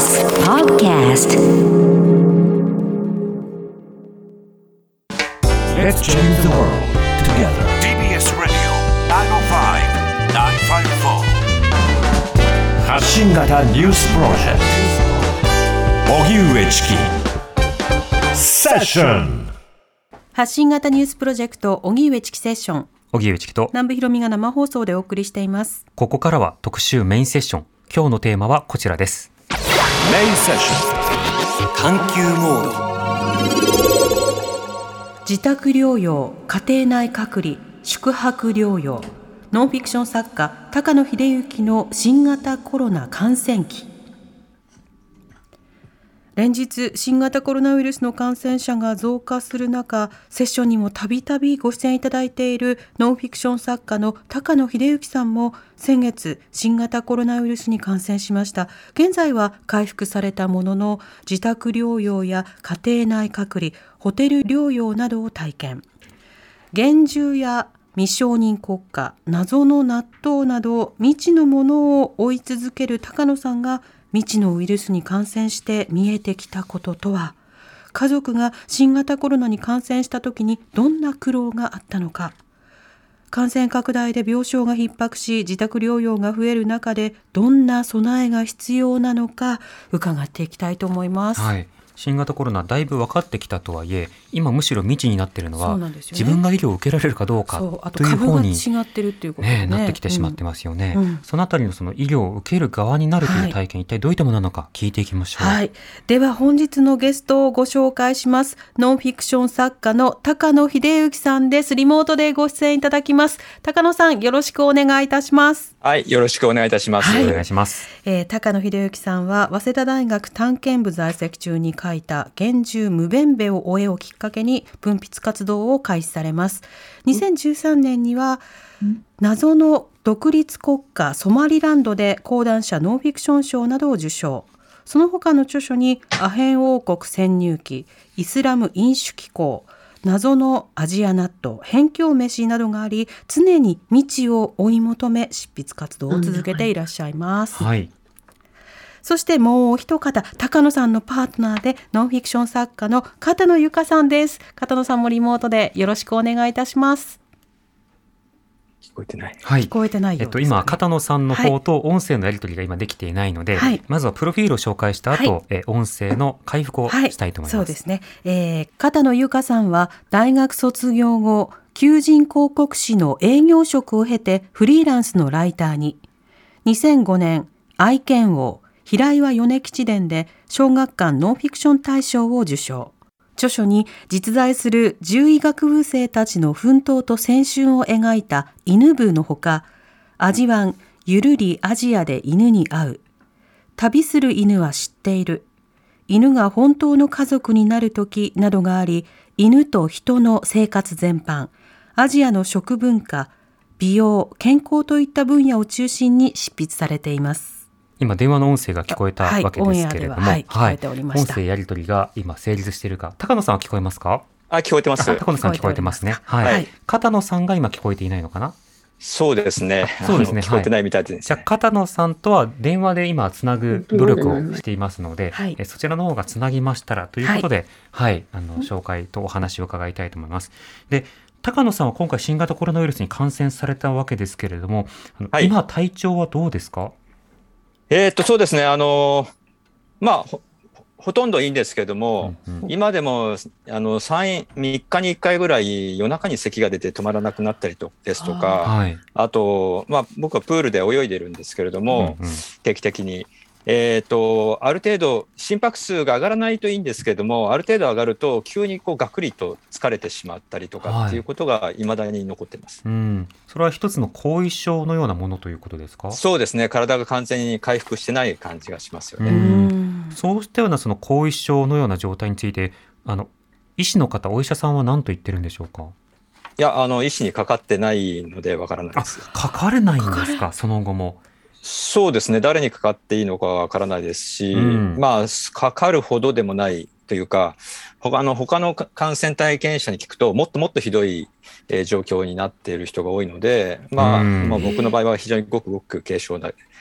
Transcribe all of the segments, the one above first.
TBS Podcast. Let's change the world together. TBS Radio 905-954 発信型ニュースプロジェクト荻上チキセッション。 発信型ニュースプロジェクト荻上チキセッション、 荻上チキと南部ひろみが生放送でお送りしています。 ここからは特集メインセッション。今日のテーマはこちらです。 メインセッション。 探求モード。 自宅療養、家庭内隔離、宿泊療養。ノンフィクション作家高野秀幸の新型コロナ感染記。連日新型コロナウイルスの感染者が増加する中、セッションにもたびたびご出演いただいているノンフィクション作家の高野秀幸さんも先月新型コロナウイルスに感染しました。現在は回復されたものの、自宅療養や家庭内隔離、ホテル療養などを体験。幻獣や未承認国家、謎の納豆など未知のものを追い続ける高野さんが未知のウイルスに感染して見えてきたこととは。家族が新型コロナに感染した時にどんな苦労があったのか。感染拡大で病床が逼迫し、自宅療養が増える中でどんな備えが必要なのか伺っていきたいと思います。 はい、新型コロナだいぶ分かってきたとはいえ、今むしろ未知になっているのは、自分が医療を受けられるかどうかという方に違ってるっていうことね、 なってきてしまってますよね。そのあたりのその医療を受ける側になるという体験、一体どういったものなのか聞いていきましょう。 はい、では本日のゲストをご紹介します。ノンフィクション作家の高野秀幸さんです。リモートでご出演いただきます。高野さん、よろしくお願いいたします。 はい、よろしくお願いいたします。 お願いします。 高野秀幸さんは早稲田大学探検部在籍中に書いた幻獣無弁べを終えをきっかけに文筆活動を開始されます。2013年には謎の独立国家ソマリランドで講談社ノンフィクション賞などを受賞。その他の著書にアヘン王国潜入記、イスラム飲酒機構、謎のアジア納豆、辺境飯などがあり、常に未知を追い求め執筆活動を続けていらっしゃいます。 はい。 そしてもう一方、高野さんのパートナーでノンフィクション作家の片野由香さんです。片野さんもリモートでよろしくお願いいたします。 聞こえてない。 はい、 聞こえてないようですね。 今片野さんの方と音声のやり取りが今できていないので、はい、まずはプロフィールを紹介した後、音声の回復をしたいと思います。 そうですね。片野由香さんは大学卒業後、求人広告誌の営業職を経てフリーランスのライターに。2005年、愛犬王平岩米吉伝で小学館ノンフィクション大賞を受賞。著書に実在する獣医学部生たちの奮闘と青春を描いた犬部のほか、味わんゆるりアジアで犬に会う、旅する犬は知っている、犬が本当の家族になる時などがあり、犬と人の生活全般、アジアの食文化、美容、健康といった分野を中心に執筆されています。 今電話の音声が聞こえたわけですけれども、 聞こえておりました。 音声やり取りが今成立しているか。高野さんは聞こえますか？ 聞こえてます。 高野さん聞こえてますね。はい。片野さんが今聞こえていないのかな？ そうですね。 そうですね。 聞こえてないみたいですね。 じゃあ片野さんとは電話で今つなぐ努力をしていますので、そちらの方がつなぎましたらということで、紹介とお話を伺いたいと思います。で、高野さんは今回新型コロナウイルスに感染されたわけですけれども、今体調はどうですか？ そうですね。ほとんどいいんですけども、今でも3日に1回ぐらい夜中に咳が出て止まらなくなったりですとか、あと、僕はプールで泳いでるんですけれども、定期的に。ある程度心拍数が上がらないといいんですけれども、ある程度上がると急にガクリと疲れてしまったりとかっていうことが未だに残っています。 それは一つの後遺症のようなものということですか？ そうですね。体が完全に回復してない感じがしますよね。 そうしたようなその後遺症のような状態について、医師の方、お医者さんは何と言ってるんでしょうか？ いや、医師にかかってないのでわからないです。 かかれないんですか？その後も。 そうですね。誰にかかっていいのかわからないですし、かかるほどでもないというか、他の感染体験者に聞くともっともっとひどい状況になっている人が多いので、僕の場合は非常にごくごく軽症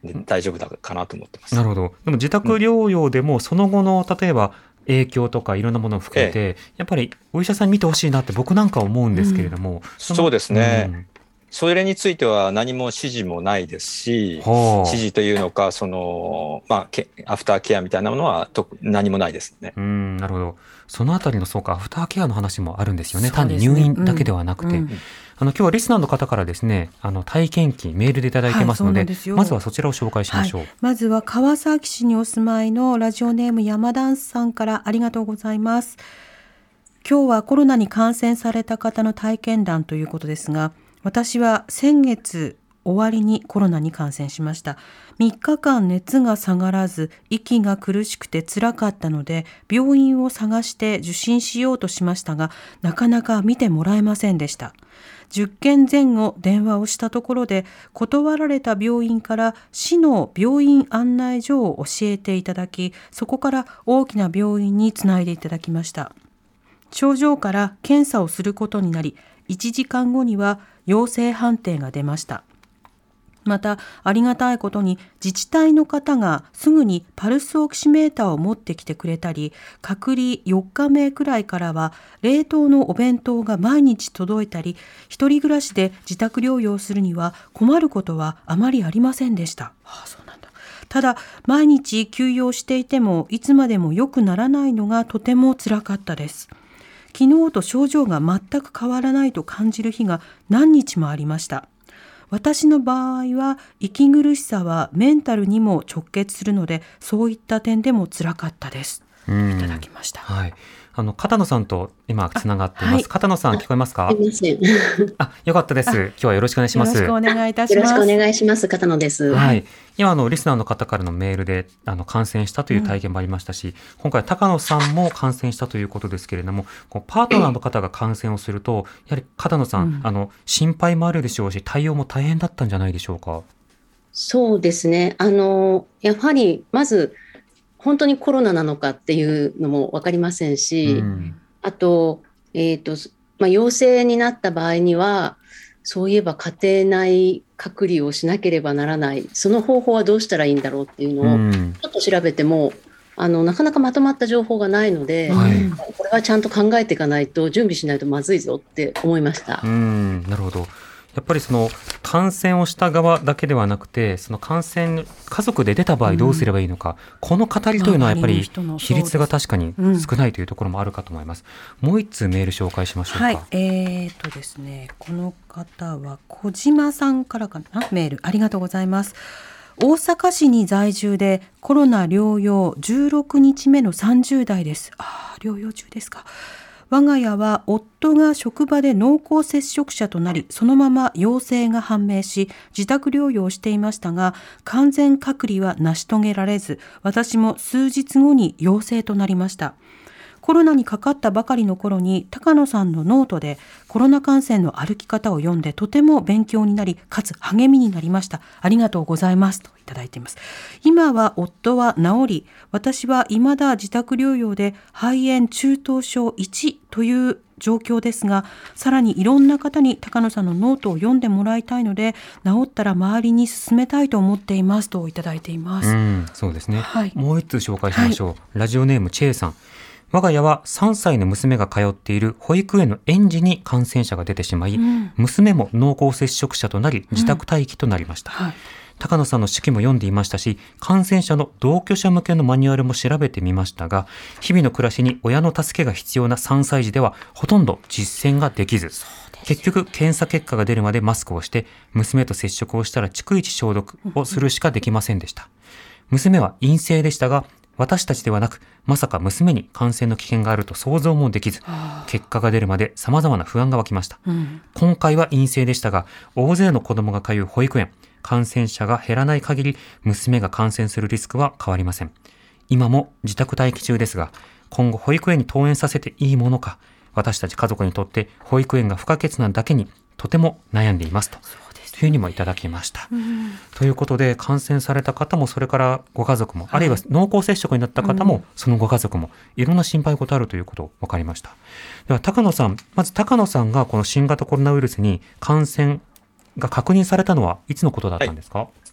で大丈夫だかなと思ってます。 なるほど。でも自宅療養でもその後の例えば影響とかいろんなものを含めて、やっぱりお医者さん見てほしいなって僕なんか思うんですけれども、 そうですね、それについては何も指示もないですし、指示というのかアフターケアみたいなものは何もないですね。 なるほど。そのあたりのアフターケアの話もあるんですよね。単に入院だけではなくて、今日はリスナーの方からですね、体験記メールでいただいてますので、まずはそちらを紹介しましょう。 まずは川崎市にお住まいのラジオネーム山田さんからありがとうございます。今日はコロナに感染された方の体験談ということですが、私は先月終わりにコロナに感染しました。3日間熱が下がらず、息が苦しくて辛かったので、病院を探して受診しようとしましたが、なかなか見てもらえませんでした。10件前後電話をしたところで、断られた病院から市の病院案内所を教えていただき、そこから大きな病院につないでいただきました。症状から検査をすることになり、1時間後には陽性判定が出ました。またありがたいことに自治体の方がすぐにパルスオキシメーターを持ってきてくれたり、隔離4日目くらいからは冷凍のお弁当が毎日届いたり、一人暮らしで自宅療養するには困ることはあまりありませんでした。そうなんだ。ただ毎日休養していてもいつまでも良くならないのがとても辛かったです。昨日と症状が全く変わらないと感じる日が何日もありました。私の場合は息苦しさはメンタルにも直結するので、そういった点でも辛かったです。いただきました。 片野さんと今つながっています。片野さん聞こえますか？よかったです。今日はよろしくお願いします。 よろしくお願いいたします。 よろしくお願いします。片野です。 今リスナーの方からのメールで感染したという体験もありましたし、今回高野さんも感染したということですけれども、パートナーの方が感染をするとやはり片野さん、心配もあるでしょうし、対応も大変だったんじゃないでしょうか？ そうですね。やはりまず本当にコロナなのかっていうのも分かりませんし、あと、陽性になった場合には、そういえば家庭内隔離をしなければならない、その方法はどうしたらいいんだろうっていうのをちょっと調べても、なかなかまとまった情報がないので、これはちゃんと考えていかないと、準備しないとまずいぞって思いました。 なるほど。やっぱり感染をした側だけではなくて、感染家族で出た場合どうすればいいのか、この語りというのはやっぱり比率が確かに少ないというところもあるかと思います。もう一通メール紹介しましょうか。 ですね、この方は小島さんからかな、メールありがとうございます。大阪市に在住でコロナ療養16日目の30代です。療養中ですか。我が家は夫が職場で濃厚接触者となり、そのまま陽性が判明し、自宅療養していましたが、完全隔離は成し遂げられず、私も数日後に陽性となりました。コロナにかかったばかりの頃に高野さんのノートでコロナ感染の歩き方を読んで、とても勉強になり、かつ励みになりました。ありがとうございますといただいています。今は夫は治り、私は未だ自宅療養で肺炎中等症1という状況ですが、さらにいろんな方に高野さんのノートを読んでもらいたいので、治ったら周りに勧めたいと思っていますといただいています。 そうですね。もう一通紹介しましょう。ラジオネームチェイさん。我が家は3歳の娘が通っている保育園の園児に感染者が出てしまい、娘も濃厚接触者となり自宅待機となりました。高野さんの手記も読んでいましたし、感染者の同居者向けのマニュアルも調べてみましたが、日々の暮らしに親の助けが必要な3歳児ではほとんど実践ができず、結局検査結果が出るまでマスクをして、娘と接触をしたら逐一消毒をするしかできませんでした。娘は陰性でしたが、私たちではなく、まさか娘に感染の危険があると想像もできず、結果が出るまで様々な不安が湧きました。今回は陰性でしたが、大勢の子供が通う保育園、感染者が減らない限り、娘が感染するリスクは変わりません。今も自宅待機中ですが、今後保育園に登園させていいものか、私たち家族にとって保育園が不可欠なだけに、とても悩んでいますと。というふうにもいただきました。ということで、感染された方もそれからご家族も、あるいは濃厚接触になった方も、そのご家族もいろんな心配事あるということ分かりました。では高野さん、まず高野さんがこの新型コロナウイルスに感染が確認されたのはいつのことだったんですか？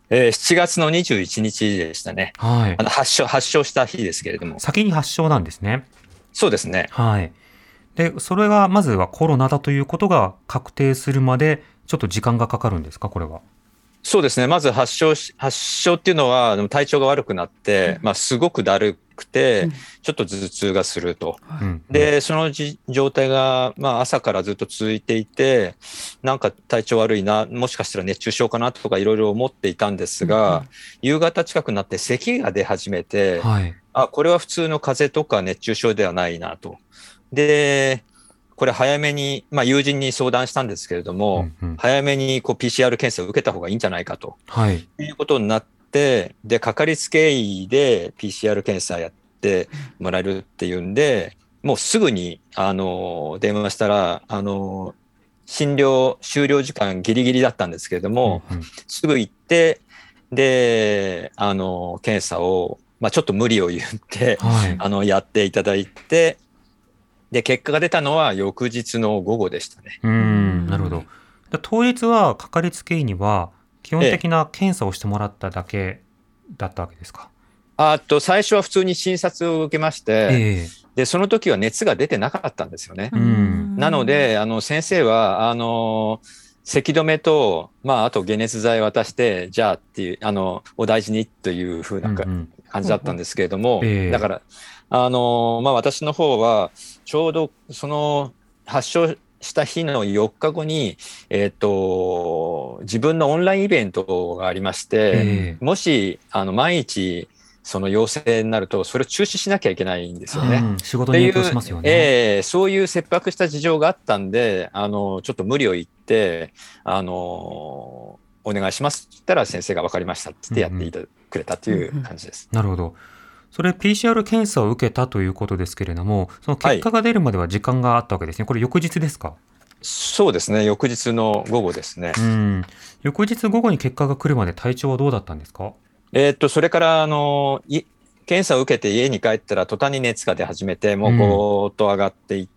7月の21日でしたね。 はい。 発症した日ですけれども。 先に発症なんですね。 そうですね。 はい。で、それがまずはコロナだということが確定するまでちょっと時間がかかるんですか、これは。 そうですね。まず発症っていうのは体調が悪くなって、すごくだるくて、ちょっと頭痛がすると。で、その状態が、朝からずっと続いていて、なんか体調悪いな、もしかしたら熱中症かなとかいろいろ思っていたんですが、夕方近くなって咳が出始めて、これは普通の風邪とか熱中症ではないなと。で、これ早めに、友人に相談したんですけれども、早めにPCR 検査を受けた方がいいんじゃないかと、いうことになって、で、かかりつけ医で PCR 検査やってもらえるっていうんで、もうすぐに、電話したら、診療終了時間ギリギリだったんですけれども、すぐ行って、で、検査を、ちょっと無理を言って、やっていただいて、で、結果が出たのは翌日の午後でしたね。 なるほど。当日はかかりつけ医には基本的な検査をしてもらっただけだったわけですか？ 最初は普通に診察を受けまして、で、その時は熱が出てなかったんですよね。なので、先生は、咳止めと、あと解熱剤渡して、じゃあっていう、お大事にというふうな感じだったんですけれども、だから、私の方は、ちょうどその発症した日の4日後に、自分のオンラインイベントがありまして、もし、毎日、その陽性になると、それを中止しなきゃいけないんですよね。 仕事に影響しますよね。 そういう切迫した事情があったんで、ちょっと無理を言って、お願いしますって言ったら先生が分かりましたって言ってやってくれたという感じです。 なるほど。それ PCR 検査を受けたということですけれども、その結果が出るまでは時間があったわけですね。これ翌日ですか？ そうですね。翌日の午後ですね。 翌日午後に結果が来るまで体調はどうだったんですか？ それから、検査を受けて家に帰ったら途端に熱が出始めて、もうゴーッと上がっていって、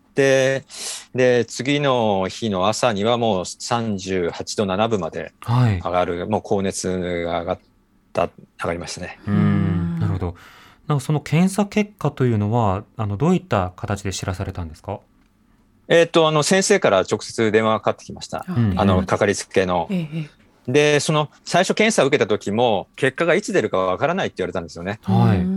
で、次の日の朝にはもう38度7分まで上がる、もう高熱が上がりましたね。 なるほど。なんかその検査結果というのは、どういった形で知らされたんですか？ 先生から直接電話がかかってきました。かかりつけの。で、最初検査を受けた時も、結果がいつ出るかわからないって言われたんですよね。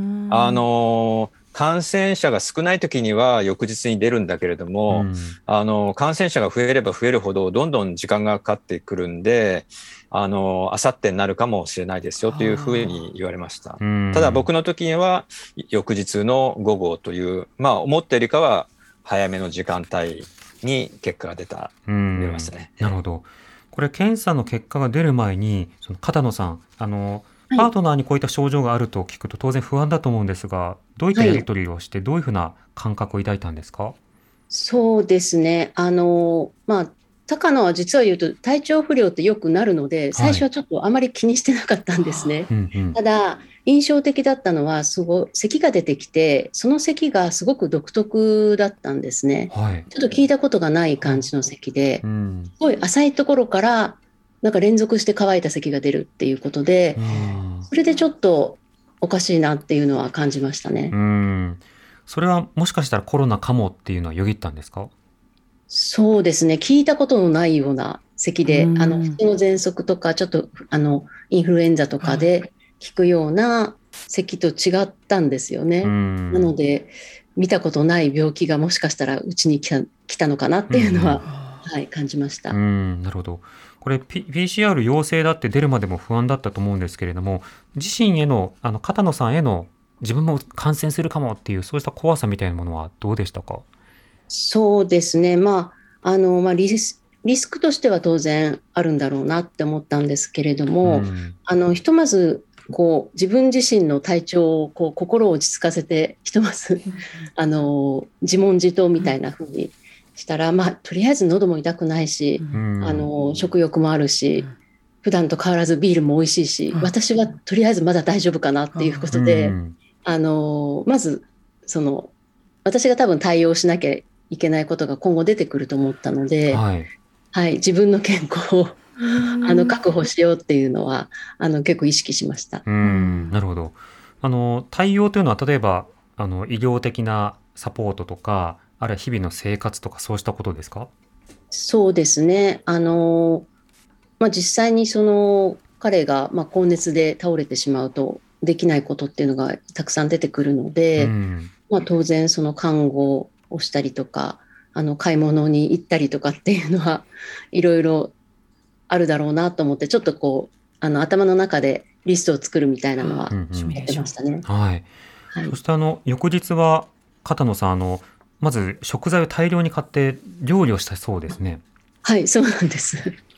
感染者が少ない時には翌日に出るんだけれども、感染者が増えれば増えるほど、どんどん時間がかかってくるんで、あさってになるかもしれないですよというふうに言われました。ただ僕の時には、翌日の午後という、思ったよりかは早めの時間帯に結果が出ましたね。 なるほど。これ検査の結果が出る前に、その片野さん、パートナーにこういった症状があると聞くと当然不安だと思うんですが、どういったやり取りをして、どういうふうな感覚を抱いたんですか？ そうですね。高野は実は言うと体調不良ってよくなるので、最初はちょっとあまり気にしてなかったんですね。ただ、印象的だったのは、咳が出てきて、その咳がすごく独特だったんですね。ちょっと聞いたことがない感じの咳で、すごい浅いところから、なんか連続して乾いた咳が出るっていうことで、それでちょっとおかしいなっていうのは感じましたね。 それはもしかしたらコロナかもっていうのはよぎったんですか？ そうですね。聞いたことのないような咳で、普通の喘息とか、ちょっとインフルエンザとかで聞くような咳と違ったんですよね。なので、見たことない病気がもしかしたらうちに来たのかなっていうのは、感じました。 なるほど。これ、PCR 陽性だって出るまでも不安だったと思うんですけれども、自身への、片野さんへの自分も感染するかもっていう、そうした怖さみたいなものはどうでしたか？そうですね。 リスクとしては当然あるんだろうなって思ったんですけれども、ひとまず自分自身の体調を心を落ち着かせて、ひとまず自問自答みたいな風にしたら、とりあえず喉も痛くないし、食欲もあるし、普段と変わらずビールも美味しいし、私はとりあえずまだ大丈夫かなっていうことで、まず私が多分対応しなきゃいけないことが今後出てくると思ったので、自分の健康を確保しようっていうのは結構意識しました。 なるほど。対応というのは例えば医療的なサポートとか、あるいは日々の生活とか、そうしたことですか？ そうですね。実際に彼が高熱で倒れてしまうとできないことっていうのがたくさん出てくるので、当然看護をしたりとか、買い物に行ったりとかっていうのはいろいろあるだろうなと思って、ちょっと頭の中でリストを作るみたいなのはやってましたね。 そして翌日は片野さん、まず食材を大量に買って料理をしたそうですね。 はい、そうなんです。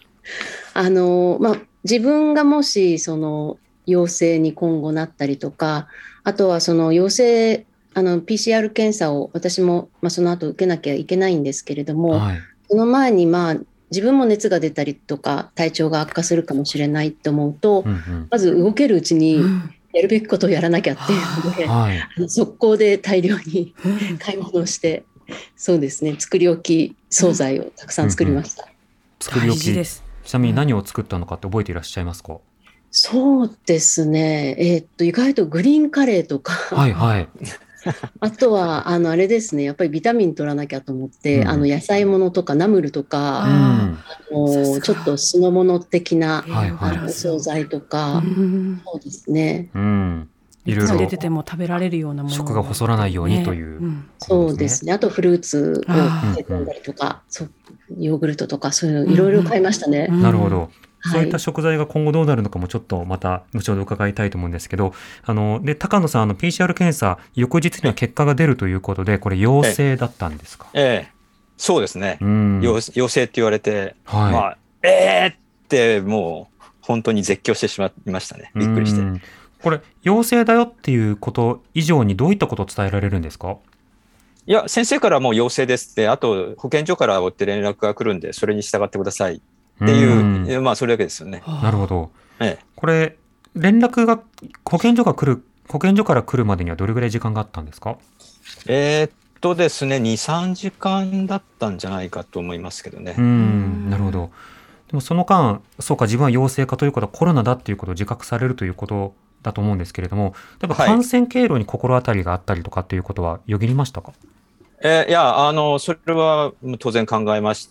自分がもし陽性に今後なったりとか、あとは陽性PCR 検査を私もその後受けなきゃいけないんですけれども、その前に自分も熱が出たりとか体調が悪化するかもしれないと思うと、まず動けるうちにやるべきことをやらなきゃっていうので、速攻で大量に買い物をして、そうですね、作り置き惣菜をたくさん作りました。 作り置きです。ちなみに何を作ったのかって覚えていらっしゃいますか？ そうですね、意外とグリーンカレーとかあとはあれですね、やっぱりビタミン取らなきゃと思って、野菜ものとかナムルとか、ちょっと酢の物的な、お惣菜とか、そうですね、 いろいろ出てても食べられるようなもの、 食が細らないようにという、 そうですね。あとフルーツを入れ込んだりとか、ヨーグルトとか、そういうのいろいろ買いましたね。 なるほど。そういった食材が今後どうなるのかもちょっとまた後ほど伺いたいと思うんですけど、で高野さん、PCR 検査翌日には結果が出るということで、これ陽性だったんですか？ そうですね、陽性って言われて、ってもう本当に絶叫してしまいましたね。びっくりして。 これ陽性だよっていうこと以上にどういったことを伝えられるんですか？ いや、先生からもう陽性ですって、あと保健所から追って連絡が来るんで、それに従ってくださいっていう、それだけですよね。 なるほど。これ連絡が保健所から来るまでにはどれぐらい時間があったんですか？ ですね、2、3時間だったんじゃないかと思いますけどね。 なるほど。でもその間、そうか、自分は陽性かということはコロナだっていうことを自覚されるということだと思うんですけれども、例えば感染経路に心当たりがあったりとかっていうことはよぎりましたか？ いや、それは当然考えまして、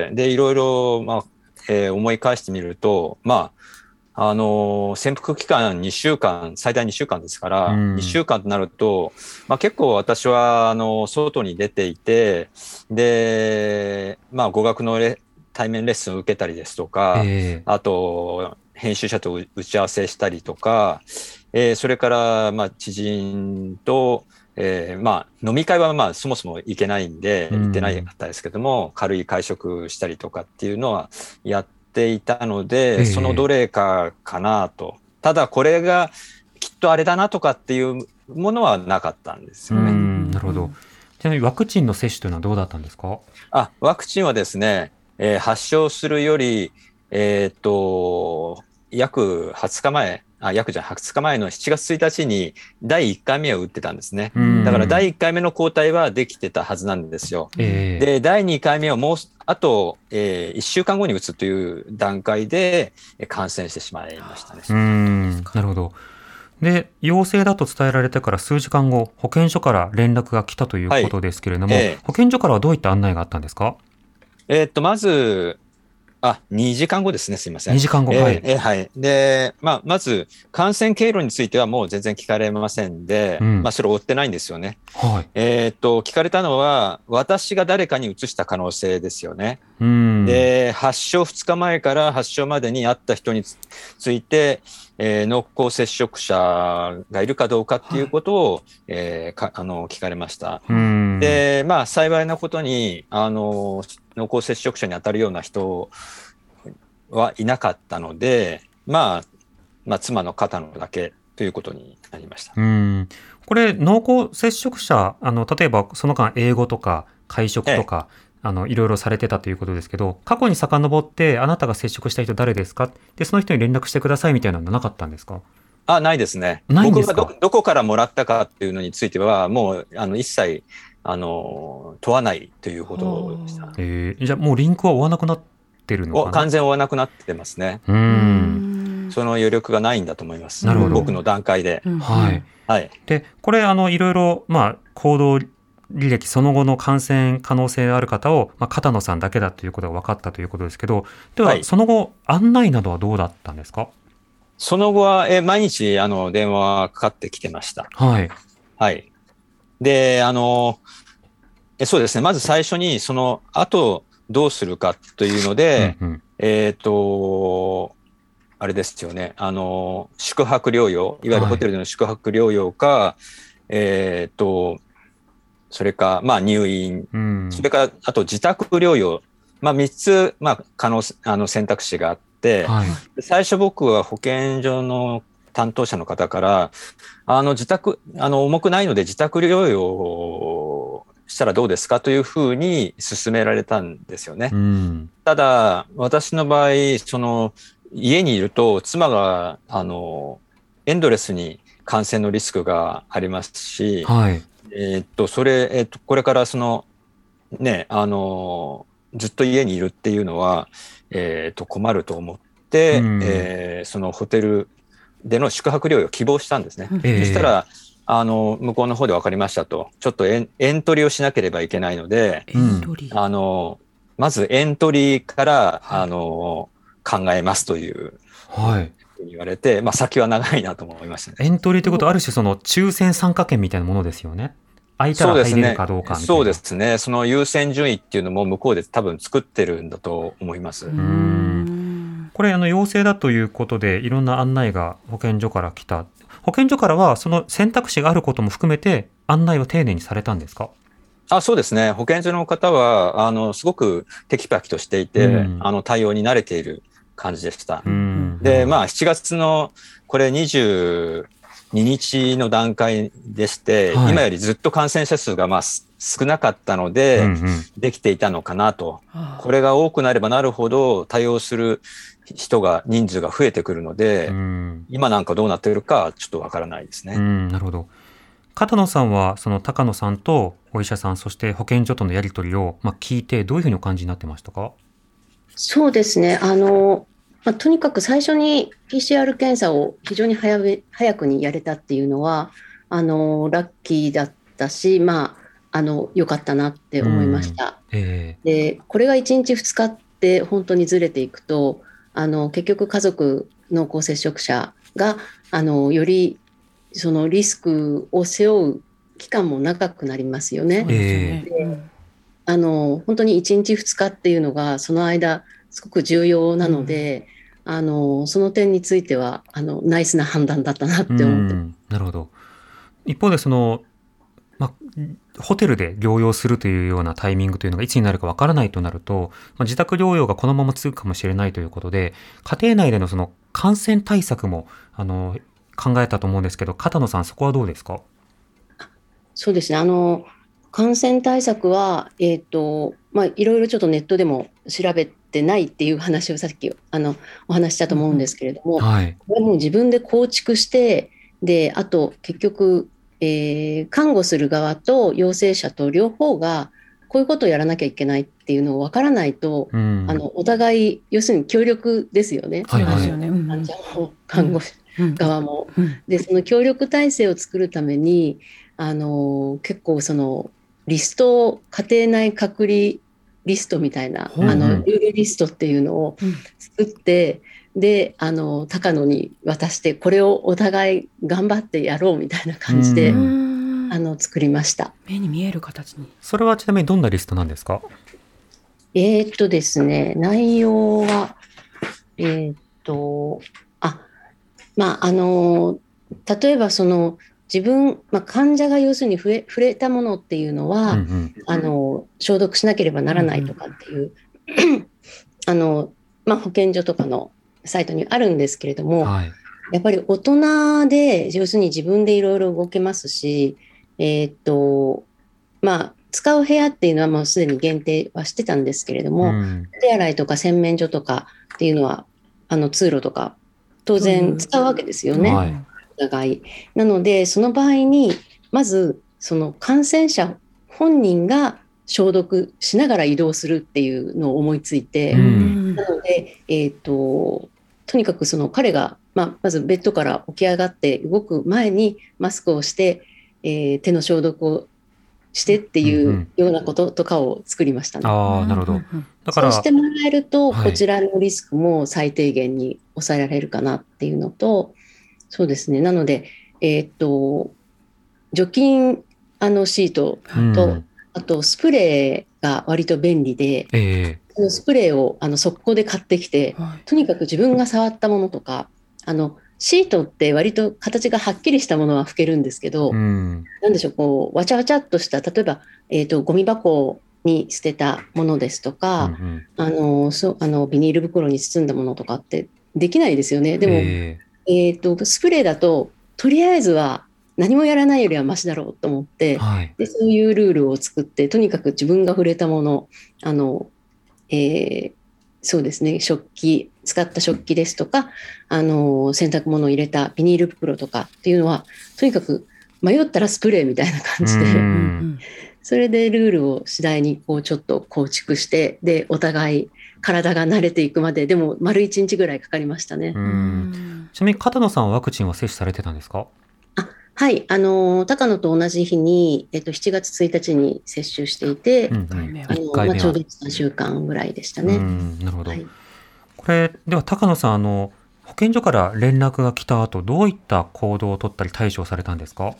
でいろいろ、思い返してみると、潜伏期間2週間、最大2週間ですから、2週間となると、結構私は外に出ていて、で、語学の対面レッスンを受けたりですとか、あと編集者と打ち合わせしたりとか、それから知人と、飲み会はそもそも行けないんで行ってないかったですけども、軽い会食したりとかっていうのはやっていたので、そのどれかかなと。ただこれがきっとあれだなとかっていうものはなかったんですよね。 なるほど。ちなみにワクチンの接種というのはどうだったんですか？ ワクチンはですね、発症するより、約20日前の7月1日に第1回目を打ってたんですね。だから第1回目の抗体はできてたはずなんですよ。で、第2回目をもうあと、1週間後に打つという段階で感染してしまいましたね。 なるほど。で、陽性だと伝えられてから数時間後、保健所から連絡が来たということですけれども、保健所からはどういった案内があったんですか？ まず、2時間後ですね、すみません。 2時間後、 で、まず、感染経路についてはもう全然聞かれませんで、それを追ってないんですよね。聞かれたのは、私が誰かに移した可能性ですよね。で、発症2日前から発症までに会った人について、濃厚接触者がいるかどうかっていうことを、聞かれました。で、幸いなことに、濃厚接触者に当たるような人はいなかったので、妻の肩のだけということになりました。 これ、濃厚接触者、例えばその間英語とか会食とか、いろいろされてたということですけど、過去に遡ってあなたが接触した人誰ですか？で、その人に連絡してくださいみたいなのなかったんですか？ ないですね。僕がどこからもらったかっていうのについては、もう一切問わないということでした。 じゃあもうリンクは追わなくなってるのかな。 完全終わらなくなってますね。その余力がないんだと思います。なるほど。僕の段階で。 はい。はい。で、これいろいろ行動履歴その後の感染可能性がある方を、片野さんだけだということが分かったということですけど、では、その後案内などはどうだったんですか？ その後は毎日電話かかってきてました。はい。はい。で、そうですね。まず最初にその後どうするかというので、あれですよね。宿泊療養、いわゆるホテルでの宿泊療養か、それか、入院、それからあと自宅療養、3つ、選択肢があって、最初僕は保健所の担当者の方から、自宅、重くないので自宅療養したらどうですかというふうに勧められたんですよね。ただ、私の場合、家にいると妻が、エンドレスに感染のリスクがありますし、これからずっと家にいるっていうのは、困ると思って、そのホテルでの宿泊療養を希望したんですね。そしたら、向こうの方で分かりましたと、ちょっとエントリーをしなければいけないので、まずエントリーから、考えますという。言われて、先は長いなと思いましたね。 エントリーということはある種抽選参加券みたいなものですよね。空いたら入れるかどうかみたいな。 そうですね。その優先順位っていうのも向こうで多分作ってるんだと思います。 これ陽性だということでいろんな案内が保健所から来た。保健所からはその選択肢があることも含めて案内は丁寧にされたんですか？ そうですね。保健所の方はすごくテキパキとしていて、対応に慣れている感じでした。で、7月のこれ22日の段階でして、今よりずっと感染者数が少なかったので、できていたのかなと。これが多くなればなるほど対応する人数が増えてくるので、今なんかどうなっているかちょっとわからないですね。 なるほど。片野さんはその高野さんとお医者さん、そして保健所とのやり取りを聞いてどういうふうにお感じになってましたか？ そうですね。とにかく最初に PCR 検査を非常に早くにやれたっていうのはラッキーだったし、良かったなって思いました。で、これが1日2日って本当にずれていくと結局家族濃厚接触者がよりそのリスクを背負う期間も長くなりますよね。で本当に1日2日っていうのがその間すごく重要なので、その点についてはナイスな判断だったなって思って。 なるほど。一方でホテルで療養するというようなタイミングというのがいつになるかわからないとなると、自宅療養がこのまま続くかもしれないということで、家庭内でのその感染対策も考えたと思うんですけど、片野さんそこはどうですか？ そうですね。感染対策は、いろいろちょっとネットでも調べてないっていう話をさっきお話したと思うんですけれども、これはもう自分で構築して、で、あと結局、看護する側と陽性者と両方がこういうことをやらなきゃいけないっていうのを分からないと、お互い要するに協力ですよね。患者も看護師側も。で、その協力体制を作るために結構そのリスト、家庭内隔離リストみたいな、ルールリストっていうのを作って、で高野に渡して、これをお互い頑張ってやろうみたいな感じで作りました。 目に見える形に。 それはちなみにどんなリストなんですか？ ですね、内容は例えばその自分、患者が要するに触れたものっていうのは、消毒しなければならないとかっていう保健所とかのサイトにあるんですけれども、やっぱり大人で要するに自分でいろいろ動けますし、使う部屋っていうのはもうすでに限定はしてたんですけれども、手洗いとか洗面所とかっていうのは通路とか当然使うわけですよね。お互いなので、その場合にまずその感染者本人が消毒しながら移動するっていうのを思いついて、なので、とにかくその彼が、まずベッドから起き上がって動く前にマスクをして、手の消毒をしてっていうようなこととかを作りましたね。 なるほど。だからそうしてもらえると、こちらのリスクも最低限に抑えられるかなっていうのと、そうですね。なので、除菌シートと、あとスプレーが割と便利で、そのスプレーを速攻で買ってきて、とにかく自分が触ったものとか、シートって割と形がはっきりしたものは拭けるんですけど、なんでしょう、こうわちゃわちゃっとした例えば、ゴミ箱に捨てたものですとか、ビニール袋に包んだものとかってできないですよね。でも、スプレーだととりあえずは何もやらないよりはマシだろうと思って、でそういうルールを作って、とにかく自分が触れたもの、そうですね、使った食器ですとか、洗濯物を入れたビニール袋とかっていうのは、とにかく迷ったらスプレーみたいな感じで、それでルールを次第にこうちょっと構築して、でお互い体が慣れていくまで、でも丸1日ぐらいかかりましたね。 ちなみに片野さんはワクチンは接種されてたんですか？ はい、高野と同じ日に、7月1日に接種していて、ちょうど3週間ぐらいでしたね。 なるほど。これでは高野さん、保健所から連絡が来た後、どういった行動を取ったり対処されたんですか？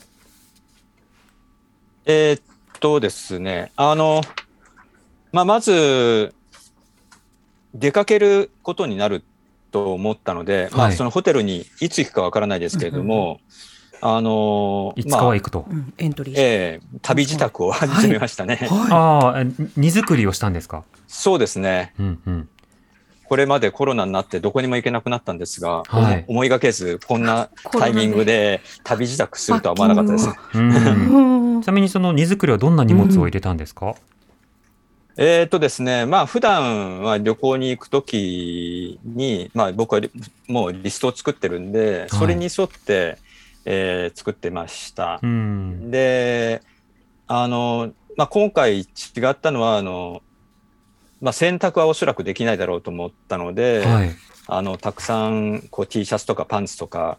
ですね、まず出かけることになると思ったので、そのホテルにいつ行くかわからないですけれども、 いつかは行くと、 エントリーして、 旅支度を始めましたね。 荷造りをしたんですか？ そうですね。これまでコロナになってどこにも行けなくなったんですが、思いがけずこんなタイミングで旅支度するとは思わなかったです。 ちなみにその荷造りはどんな荷物を入れたんですか？ ですね、普段は旅行に行くときに、僕はもうリストを作ってるんで、それに沿って、作ってました。で、今回違ったのは、洗濯はおそらくできないだろうと思ったので、たくさんT シャツとかパンツとか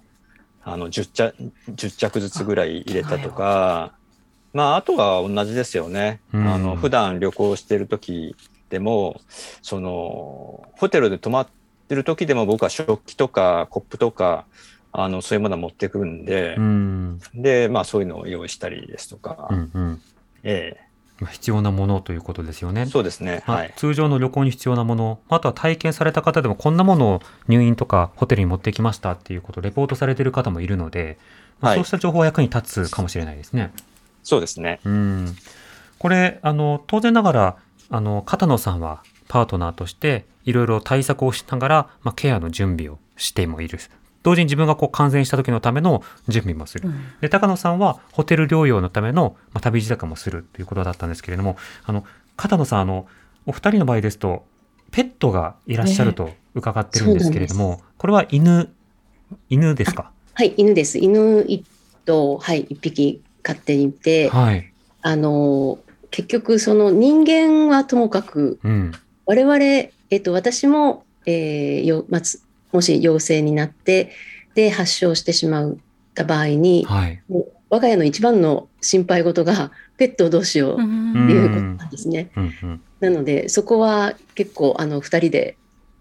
10着ずつぐらい入れたとか、あとは同じですよね。普段旅行してる時でも、ホテルで泊まってる時でも僕は食器とかコップとかそういうものは持ってくるんで、でそういうのを用意したりですとか、 必要なものということですよね。 そうですね。 通常の旅行に必要なもの、あとは体験された方でもこんなものを入院とかホテルに持ってきましたっていうことをレポートされている方もいるので、そうした情報は役に立つかもしれないですね。 そうですね。 これ当然ながら片野さんはパートナーとしていろいろ対策をしながら、ケアの準備をしてもいる。同時に自分が感染した時のための準備もする。で、高野さんはホテル療養のための、旅支度もするということだったんですけれども、片野さんお二人の場合ですとペットがいらっしゃると伺ってるんですけれども、これは犬ですか？ はい、犬です。犬1匹飼っていて、結局その人間はともかく、我々、私も、もし陽性になってで発症してしまった場合に、もう我が家の一番の心配事がペットをどうしようということなんですね。なのでそこは結構2人で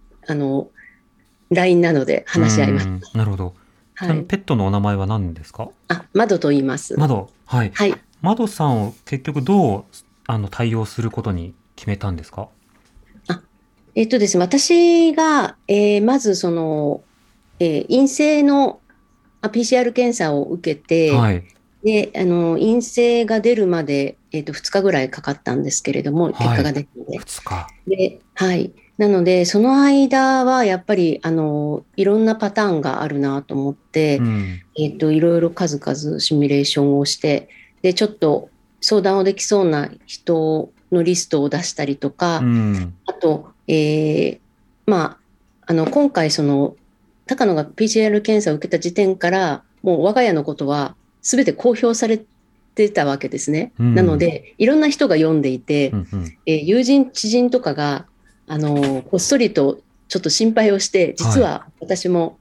LINE なので話し合いました。 なるほど。ペットのお名前は何ですか？ 窓と言います。 窓。窓さんを結局どう対応することに決めたんですか？ ですね、私が、まず陰性のPCR 検査を受けて、で陰性が出るまで、2日ぐらいかかったんですけれども、結果が出て、 2日で、なのでその間はやっぱりいろんなパターンがあるなと思って、いろいろ数々シミュレーションをして、でちょっと相談をできそうな人のリストを出したりとか、あと今回高野が PCR 検査を受けた時点からもう我が家のことは全て公表されてたわけですね。なのでいろんな人が読んでいて、友人知人とかがこっそりとちょっと心配をして、実は私も、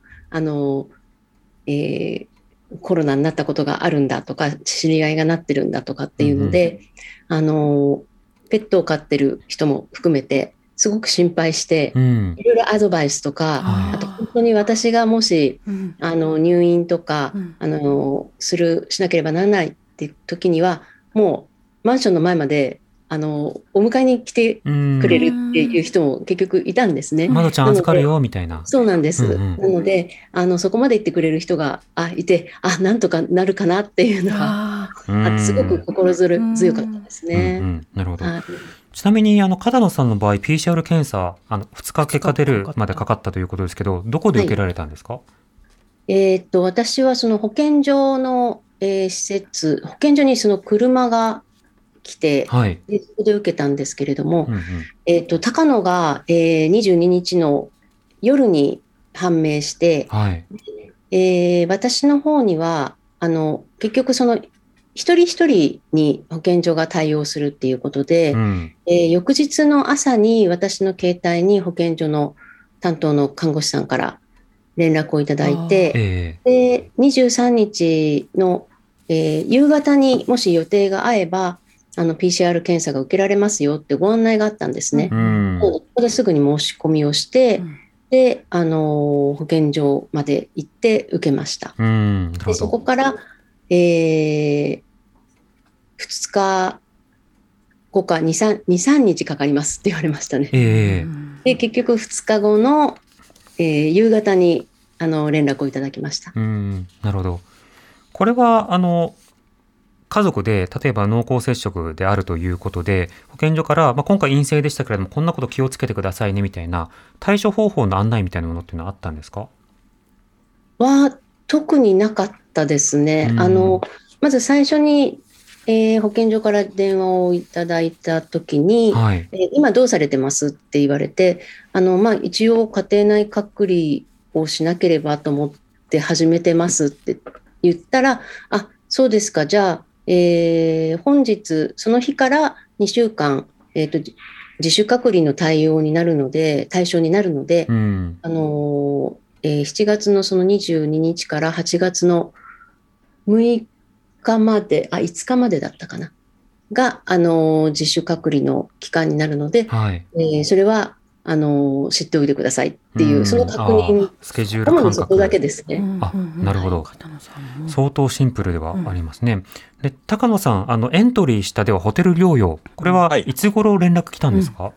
コロナになったことがあるんだとか、知り合いがなってるんだとかっていうので、ペットを飼ってる人も含めてすごく心配して、いろいろアドバイスとか、あと本当に私がもし、入院とか、しなければならないっていう時には、もうマンションの前までお迎えに来てくれるっていう人も結局いたんですね。 まどちゃん預かるよみたいな。 そうなんです。なのでそこまで行ってくれる人がいて、なんとかなるかなっていうのはすごく心強かったですね。 なるほど。ちなみに片野さんの場合 PCR 検査2日結果出るまでかかったということですけど、どこで受けられたんですか？ 私はその保健所の、施設、保健所にその車が来て、でそこで受けたんですけれども、高野が、22日の夜に判明して、私の方には結局その一人一人に保健所が対応するっていうことで、翌日の朝に私の携帯に保健所の担当の看護師さんから連絡をいただいて、で23日の、夕方にもし予定が合えばPCR 検査が受けられますよってご案内があったんですね。そこですぐに申し込みをして、で保健所まで行って受けました。でそこから、2日後か2、3日かかりますって言われましたね。で結局2日後の、夕方に連絡をいただきました。 なるほど。これは家族で例えば濃厚接触であるということで保健所から、今回陰性でしたけれどもこんなこと気をつけてくださいねみたいな対処方法の案内みたいなものっていうのはあったんですか？ は特になかったですね。まず最初に、保健所から電話をいただいたときに、今どうされてますって言われて、一応家庭内隔離をしなければと思って始めてますって言ったら、そうですか、じゃあ、本日その日から2週間、自主隔離の対象になるので、7月のその22日から8月の6日まで、5日までだったかなが自主隔離の期間になるので、それは知っておいてくださいっていう、その確認、 スケジュール感覚、 そこだけですね。 なるほど。相当シンプルではありますね。で高野さんエントリーしたではホテル療養、これはいつ頃連絡来たんですか？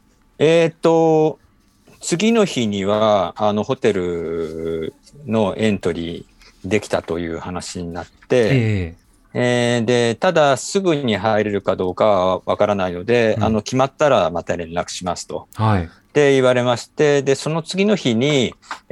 次の日にはホテルのエントリーできたという話になって、でただすぐに入れるかどうかはわからないので、決まったらまた連絡しますと、って言われまして、でその次の日に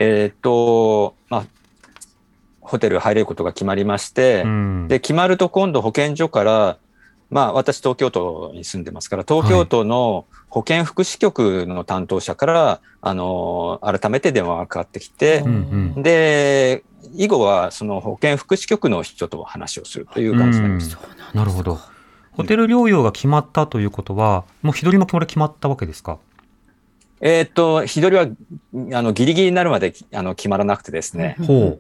ホテル入れることが決まりまして、で決まると今度保健所から、私東京都に住んでますから、東京都の保健福祉局の担当者から改めて電話がかかってきて、で以後はその保健福祉局の人と話をするという感じになります。 なるほど。ホテル療養が決まったということは、もう日取りもこれ決まったわけですか？ 日取りはギリギリになるまで決まらなくてですね、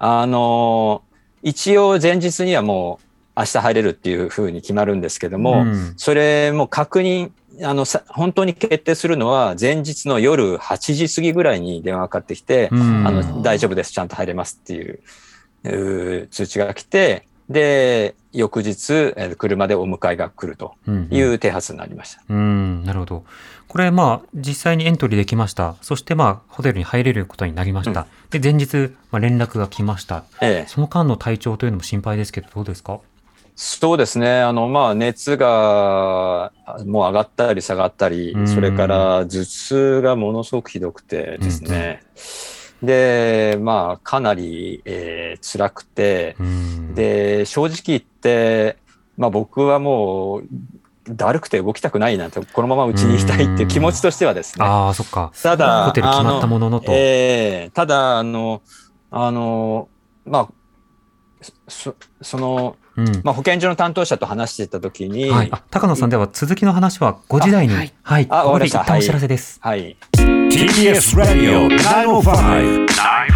一応前日にはもう明日入れるっていうふうに決まるんですけども、それも確認本当に決定するのは前日の夜8時過ぎぐらいに電話がかかってきて、大丈夫です、ちゃんと入れますっていう通知が来て、で翌日車でお迎えが来るという手はずになりました。 なるほど。これ実際にエントリーできました。そしてホテルに入れることになりました。で前日連絡が来ました。その間の体調というのも心配ですけどどうですか？ そうですね。熱がもう上がったり下がったり、それから頭痛がものすごくひどくてですね。で、かなり、辛くて、で、正直言って、僕はもう、だるくて動きたくないなと、このまま家に行きたいっていう気持ちとしてはですね。 そっか。 ただ、 ホテル決まったもののと。 ただ、 その、保健所の担当者と話していたときに、 高野さん、では続きの話は5時台に、ここで一旦お知らせです。 TBS Radio 905-954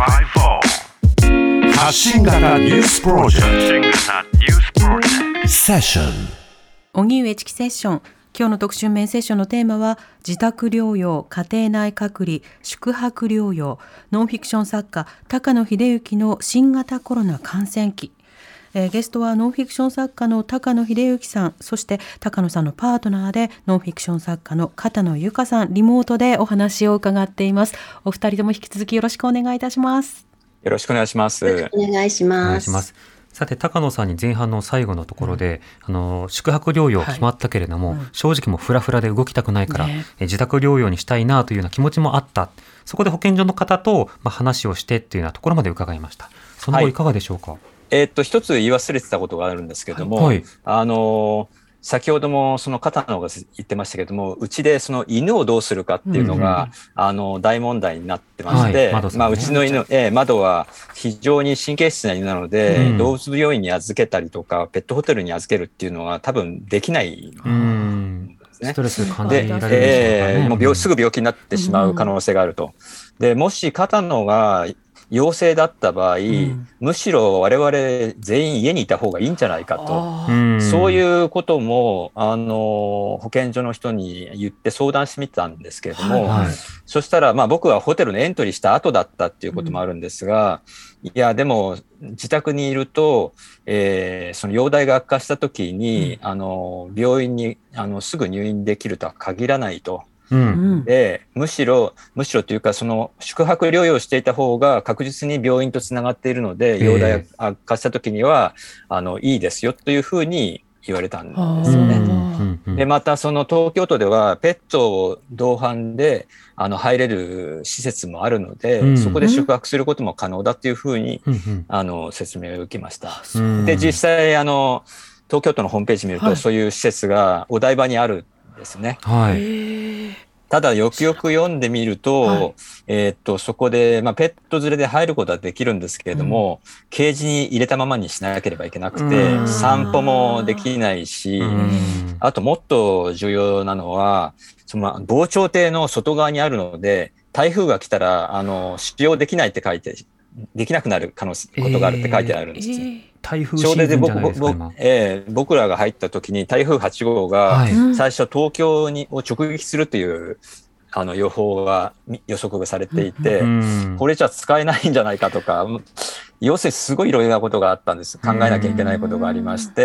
発信型ニュースプロジェクトセッション荻上チキセッション。今日の特集メインセッションのテーマは自宅療養、家庭内隔離、宿泊療養、ノンフィクション作家高野秀幸の新型コロナ感染期。ゲストはノンフィクション作家の高野秀幸さん、そして高野さんのパートナーでノンフィクション作家の片野由香さん、リモートでお話を伺っています。お二人とも引き続きよろしくお願いいたします。 よろしくお願いします。 お願いします。 さて高野さんに前半の最後のところで、宿泊療養決まったけれども、正直もうフラフラで動きたくないから、自宅療養にしたいなというような気持ちもあった。そこで保健所の方と、話をしてっていうようなところまで伺いました。その後いかがでしょうか。 一つ言い忘れてたことがあるんですけども、先ほどもその片野が言ってましたけども、うちでその犬をどうするかっていうのが、大問題になってまして、うちの犬、窓は非常に神経質な犬なので、動物病院に預けたりとか、ペットホテルに預けるっていうのは多分できない。 ストレス感じられるでしょうかね。 もうすぐ病気になってしまう可能性があると。で、もし片野が陽性だった場合、むしろ我々全員家にいた方がいいんじゃないかと、そういうことも保健所の人に言って相談してみたんですけれども、そしたら僕はホテルのエントリーした後だったっていうこともあるんですが、いやでも自宅にいると、その容体が悪化した時に、病院にすぐ入院できるとは限らないと。でむしろというか、その宿泊療養していた方が確実に病院とつながっているので、容体が悪化した時にはいいですよというふうに言われたんですよね。でまたその東京都ではペットを同伴で入れる施設もあるので、そこで宿泊することも可能だというふうに説明を受けました。で実際東京都のホームページ見ると、そういう施設がお台場にあるですね。ただよくよく読んでみると、そこで、ペット連れで入ることはできるんですけれども、ケージに入れたままにしなければいけなくて、散歩もできないし、あともっと重要なのは、防潮堤の外側にあるので、台風が来たら使用できないって書いて、できなくなることがあるって書いてあるんですね。 台風シーズンじゃないですか、今。 僕らが入った時に台風8号が最初東京を直撃するという予測がされていて、これじゃ使えないんじゃないかとか、要するにすごいいろいろなことがあったんです。考えなきゃいけないことがありまして、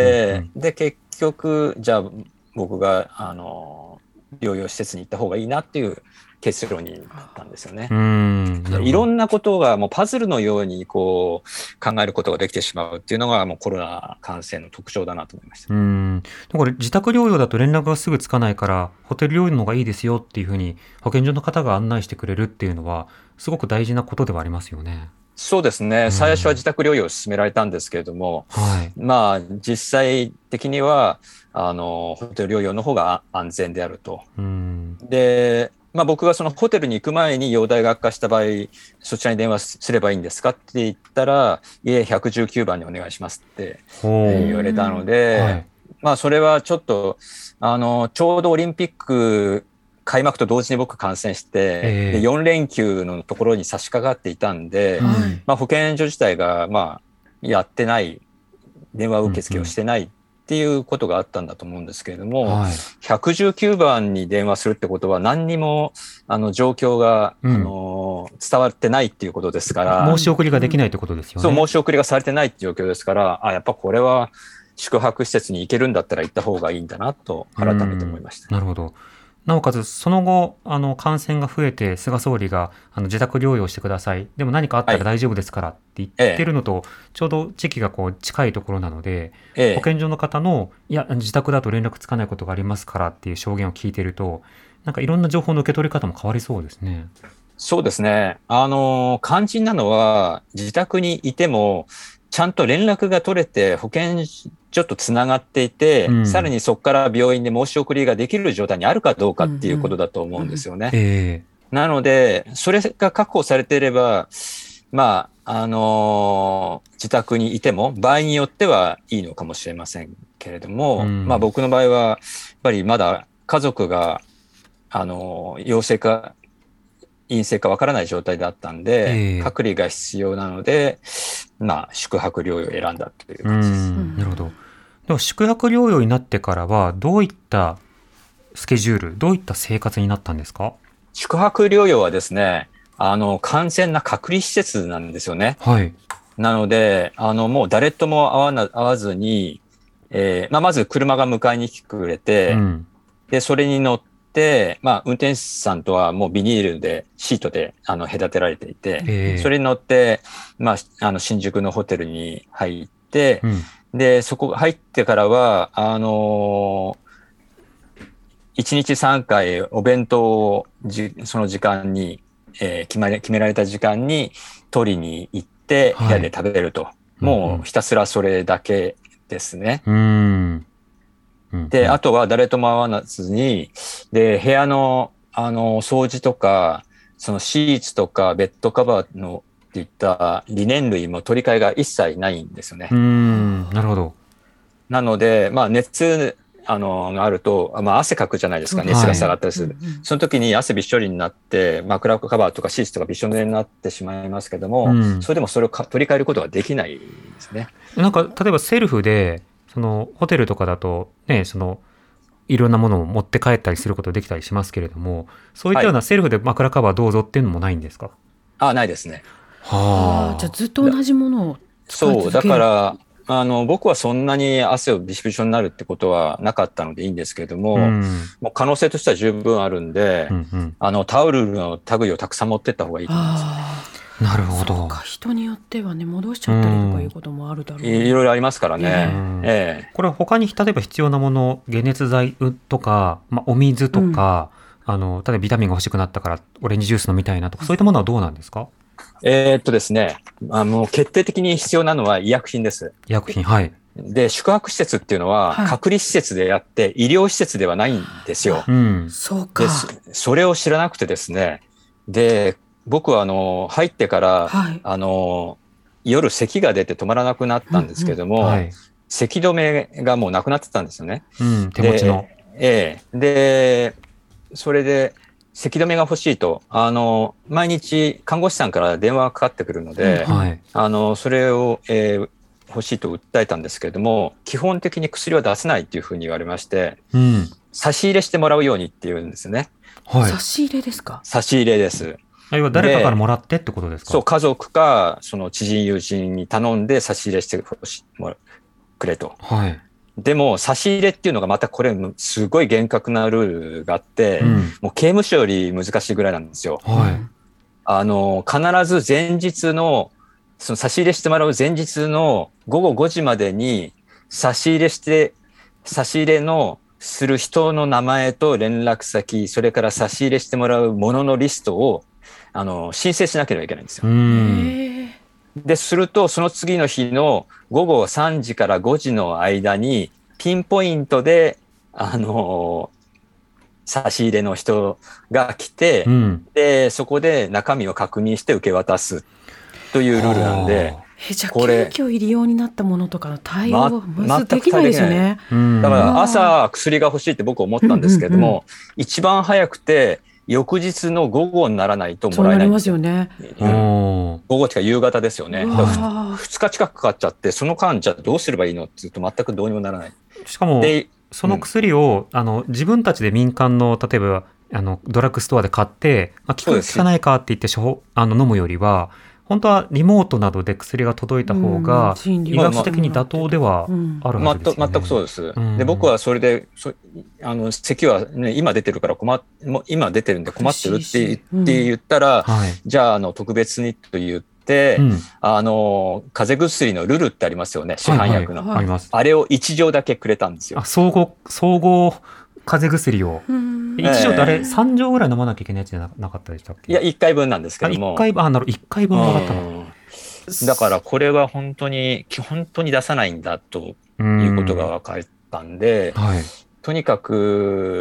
で結局じゃあ僕が療養施設に行った方がいいなっていう結論になったんですよね。いろんなことがもうパズルのように考えることができてしまうっていうのがもうコロナ感染の特徴だなと思いました。 これ自宅療養だと連絡がすぐつかないからホテル療養の方がいいですよっていうふうに保健所の方が案内してくれるっていうのはすごく大事なことではありますよね。 そうですね。最初は自宅療養を進められたんですけれども、実際的にはホテル療養の方が安全であると。で僕がそのホテルに行く前に容体が悪化した場合、そちらに電話すればいいんですかって言ったら、いえ、119番にお願いしますって言われたので、それはちょっと、ちょうどオリンピック開幕と同時に僕感染して、で4連休のところに差し掛かっていたんで、保健所自体がやってない、電話受付をしてないっていうことがあったんだと思うんですけれども、119番に電話するってことは何にも状況が、伝わってないっていうことですから、 申し送りができないってことですよね。 そう、申し送りがされてないって状況ですから、やっぱこれは宿泊施設に行けるんだったら行った方がいいんだなと改めて思いました。 なるほど。なおかつその後感染が増えて菅総理が自宅療養してください、でも何かあったら大丈夫ですからって言ってるのと、ちょうど時期が近いところなので、保健所の方のいや自宅だと連絡つかないことがありますからっていう証言を聞いていると、なんかいろんな情報の受け取り方も変わりそうですね。 そうですね。肝心なのは自宅にいてもちゃんと連絡が取れて保健所とつながっていて、さらにそこから病院で申し送りができる状態にあるかどうかっていうことだと思うんですよね。なのでそれが確保されていれば、 自宅にいても場合によってはいいのかもしれませんけれども、まあ僕の場合はやっぱりまだ家族が陽性か陰性かわからない状態だったんで、隔離が必要なので、まあ宿泊療養を選んだという感じです。 なるほど。でも宿泊療養になってからはどういったスケジュール、どういった生活になったんですか？ 宿泊療養はですね、完全な隔離施設なんですよね。 はい。 なので、もう誰とも会わずに、まず車が迎えに来てくれて、で、それに乗って、運転手さんとはもうビニールで、シートで、隔てられていて、それに乗って、新宿のホテルに入って、で、そこ入ってからは、1日3回お弁当をその時間に、決められた時間に取りに行って部屋で食べると、もうひたすらそれだけですね。で、あとは誰とも会わずに、で、部屋の掃除とか、そのシーツとかベッドカバーのっていった理念類も取り替えが一切ないんですよね。 なるほど。 なので、熱があると、汗かくじゃないですか、熱が下がったりする。その時に汗びっしょりになって、枕カバーとかシーツとかびっしょ濡になってしまいますけども、それでもそれを取り替えることができないんですね。 なんか、例えばセルフで、ホテルとかだと、ね、いろんなものを持って帰ったりすることできたりしますけれども、そういったようなセルフで枕カバーどうぞっていうのもないんですか？ ないですね。 じゃあずっと同じものを使い続ける。 そう、だから、僕はそんなに汗をびしょびしょになるってことはなかったのでいいんですけれども、もう可能性としては十分あるんで、タオルの類をたくさん持ってった方がいいと思いますね。 なるほど。 人によってはね、戻しちゃったりとかいうこともあるだろう。 いろいろありますからね。 これは他に例えば必要なもの、解熱剤とか、お水とか、例えばビタミンが欲しくなったからオレンジジュース飲みたいなとか、そういったものはどうなんですか？ ですね、もう決定的に必要なのは医薬品です。 医薬品、はい。 で、宿泊施設っていうのは隔離施設であって医療施設ではないんですよ。 そうか。 で、それを知らなくてですね、で、僕は入ってから、夜咳が出て止まらなくなったんですけども、咳止めがもうなくなってたんですよね。 手持ちの。 で、それで、咳止めが欲しいと、毎日看護師さんから電話がかかってくるので、それを、欲しいと訴えたんですけれども、基本的に薬は出せないっていうふうに言われまして、差し入れしてもらうようにっていうんですね。 差し入れですか？ 差し入れです。 要は誰かからもらってってことですか？ そう、家族か、その知人友人に頼んで差し入れしてくれと。でも差し入れっていうのがまたこれすごい厳格なルールがあって、もう刑務所より難しいぐらいなんですよ。必ず前日のその差し入れしてもらう前日の午後5時までに差し入れのする人の名前と連絡先、それから差し入れしてもらうもののリストを申請しなければいけないんですよ。で、すると、その次の日の午後3時から5時の間に、ピンポイントで、差し入れの人が来て、で、そこで中身を確認して受け渡すというルールなんで、 じゃあ、急遽入り用になったものとかの対応はまずできないですよね。 だから、朝薬が欲しいって僕は思ったんですけども、一番早くて、翌日の午後にならないともらえないんですよ。 そうなりますよね。 午後ってか夕方ですよね。2日近くかかっちゃって、その間じゃあどうすればいいのって言うと全くどうにもならない。 しかも、その薬を、自分たちで民間の、例えば、ドラッグストアで買って、効く効かないかって言って飲むよりは、本当はリモートなどで薬が届いた方が医学的に妥当ではあるはずですよね。 全くそうです。で、僕はそれで咳は、ね、今出てるから今出てるんで困ってるって言ったら、じゃあ特別にと言って、風邪薬のルルってありますよね、市販薬の。あれを1錠だけくれたんですよ。 総合風邪薬を。1錠ってあれ3錠ぐらい飲まなきゃいけないやつじゃなかったでしたっけ？ いや、1回分なんですけども。 1回分もらったの。 だからこれは本当に出さないんだということが分かったんで、とにかく、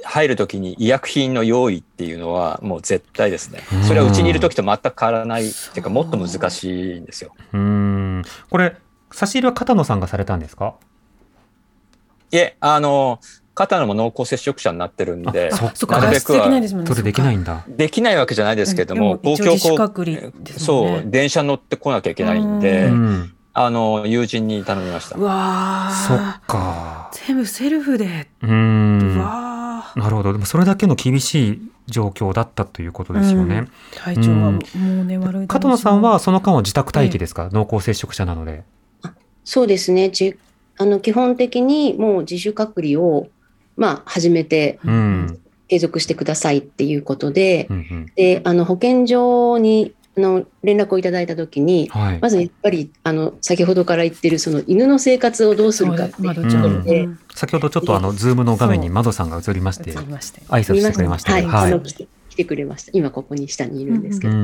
入るときに医薬品の用意っていうのはもう絶対ですね。それはうちにいるときと全く変わらないっていうか、もっと難しいんですよ。 これ差し入れは片野さんがされたんですか？ いえ、片野も濃厚接触者になってるんで、 なるべくはそれできないんだ。 できないわけじゃないですけども、 公共交通、 そう、電車乗ってこなきゃいけないんで、友人に頼みました。 うわー、 そっか。 全部セルフで。 うわー、なるほど。でもそれだけの厳しい状況だったということですよね。 体調はもうね、悪い。 片野さんはその間は自宅待機ですか？濃厚接触者なので。 そうですね。基本的にもう自主隔離を始めて、継続してくださいっていうことで、で保健所に連絡をいただいたときに、まずやっぱり先ほどから言ってるその犬の生活をどうするかっていうところで、 先ほどちょっとズームの画面に窓さんが映りまして挨拶してくれました。 来てくれました。今ここに下にいるんですけど、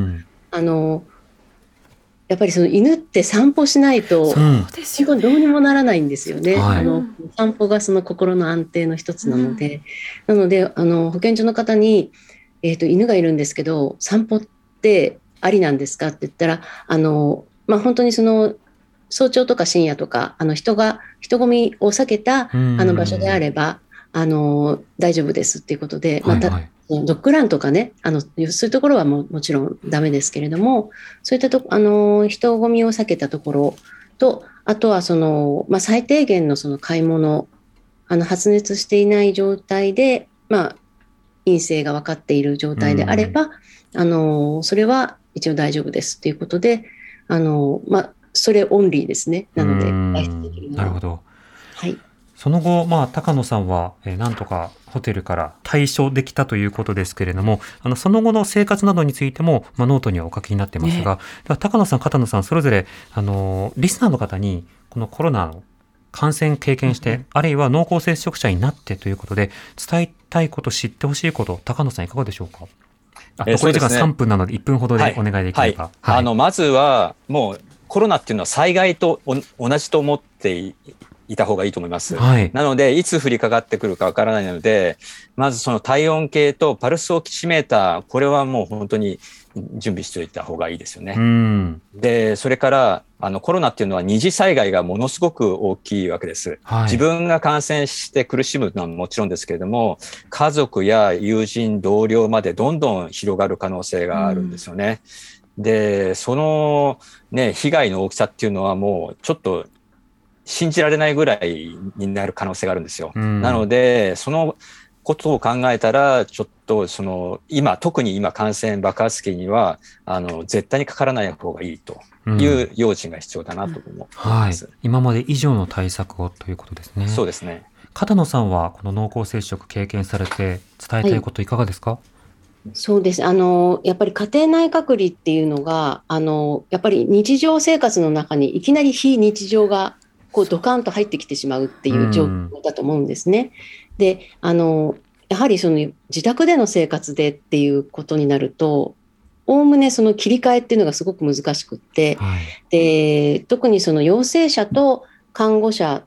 やっぱりその犬って散歩しないと本当にどうにもならないんですよね。散歩がその心の安定の一つなので、保健所の方に、犬がいるんですけど散歩ってありなんですかって言ったら、本当にその早朝とか深夜とか人混みを避けた場所であれば大丈夫ですっていうことで、またドッグランとかね、そういうところはもちろんダメですけれども、そういった人混みを避けたところと、あとは最低限のその買い物、発熱していない状態で、陰性が分かっている状態であれば、それは一応大丈夫ですということで、それオンリーですね。なので外出できるのは。 なるほど。 はい。 その後、高野さんは、なんとかホテルから退所できたということですけれども、その後の生活などについても、ノートにはお書きになってますが、では高野さん、片野さん、それぞれ、リスナーの方に、このコロナの感染経験して、あるいは濃厚接触者になってということで、伝えたいこと、知ってほしいこと、高野さんいかがでしょうか？残り時間3分なので1分ほどでお願いできれば。 まずは、もうコロナっていうのは災害と同じと思っていた方がいいと思います。なので、いつ降りかかってくるかわからないので、まずその体温計とパルスオキシメーター、これはもう本当に準備しておいた方がいいですよね。で、それからコロナっていうのは二次災害がものすごく大きいわけです。自分が感染して苦しむのはもちろんですけれども、家族や友人、同僚までどんどん広がる可能性があるんですよね。で、そのね、被害の大きさっていうのはもうちょっと信じられないぐらいになる可能性があるんですよ。なので、そのことを考えたら、ちょっと特に今感染爆発期には絶対にかからない方がいいという用心が必要だなと思います。 今まで以上の対策をということですね。 そうですね。 片野さんはこの濃厚接触経験されて伝えたいこといかがですか？ そうです。やっぱり家庭内隔離っていうのがやっぱり日常生活の中にいきなり非日常がドカンと入ってきてしまうっていう状況だと思うんですね。で、やはりその自宅での生活でっていうことになると、おおむねその切り替えっていうのがすごく難しくって、で、特にその陽性者と看護者、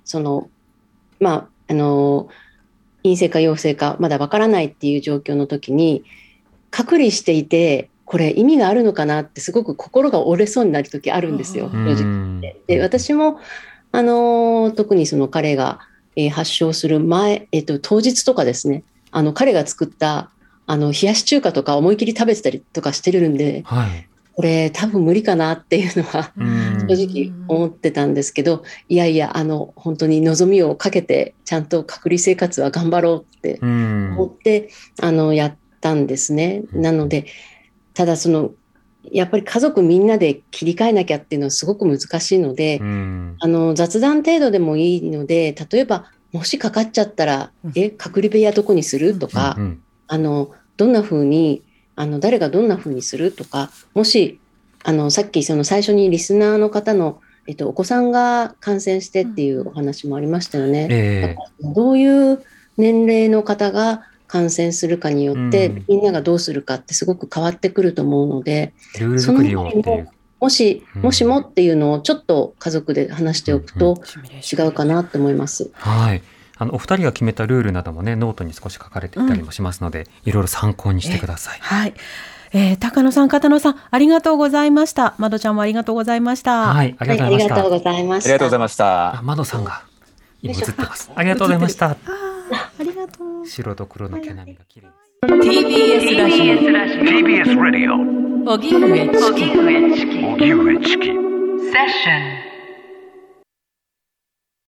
陰性か陽性かまだわからないっていう状況の時に、隔離していて、これ意味があるのかなってすごく心が折れそうになる時あるんですよ、正直。で、私も特にその彼が、発症する前、当日とかですね、彼が作った冷やし中華とか思い切り食べてたりとかしてるんで、これ多分無理かなっていうのは正直思ってたんですけど、いやいや本当に望みをかけてちゃんと隔離生活は頑張ろうって思ってやったんですね。なので、ただやっぱり家族みんなで切り替えなきゃっていうのはすごく難しいので、雑談程度でもいいので、例えばもしかかっちゃったら、隔離部屋どこにするとか、どんな風に誰がどんな風にするとか、もしさっき最初にリスナーの方の、お子さんが感染してっていうお話もありましたよね。どういう年齢の方が感染するかによって、みんながどうするかってすごく変わってくると思うので、 ルール作りをっていう、 もしもっていうのをちょっと家族で話しておくと違うかなと思います。 お二人が決めたルールなどもね、ノートに少し書かれていたりもしますので、いろいろ参考にしてください。 はい。高野さん、片野さん、ありがとうございました。窓ちゃんもありがとうございました。 はい、ありがとうございました。 ありがとうございました。 窓さんが今映ってます。ありがとうございました。 ありがとう。 白と黒の毛並みが綺麗。 TBS ラジオ。 TBS ラジオ。 荻上チキ。 荻上チキ。セッション。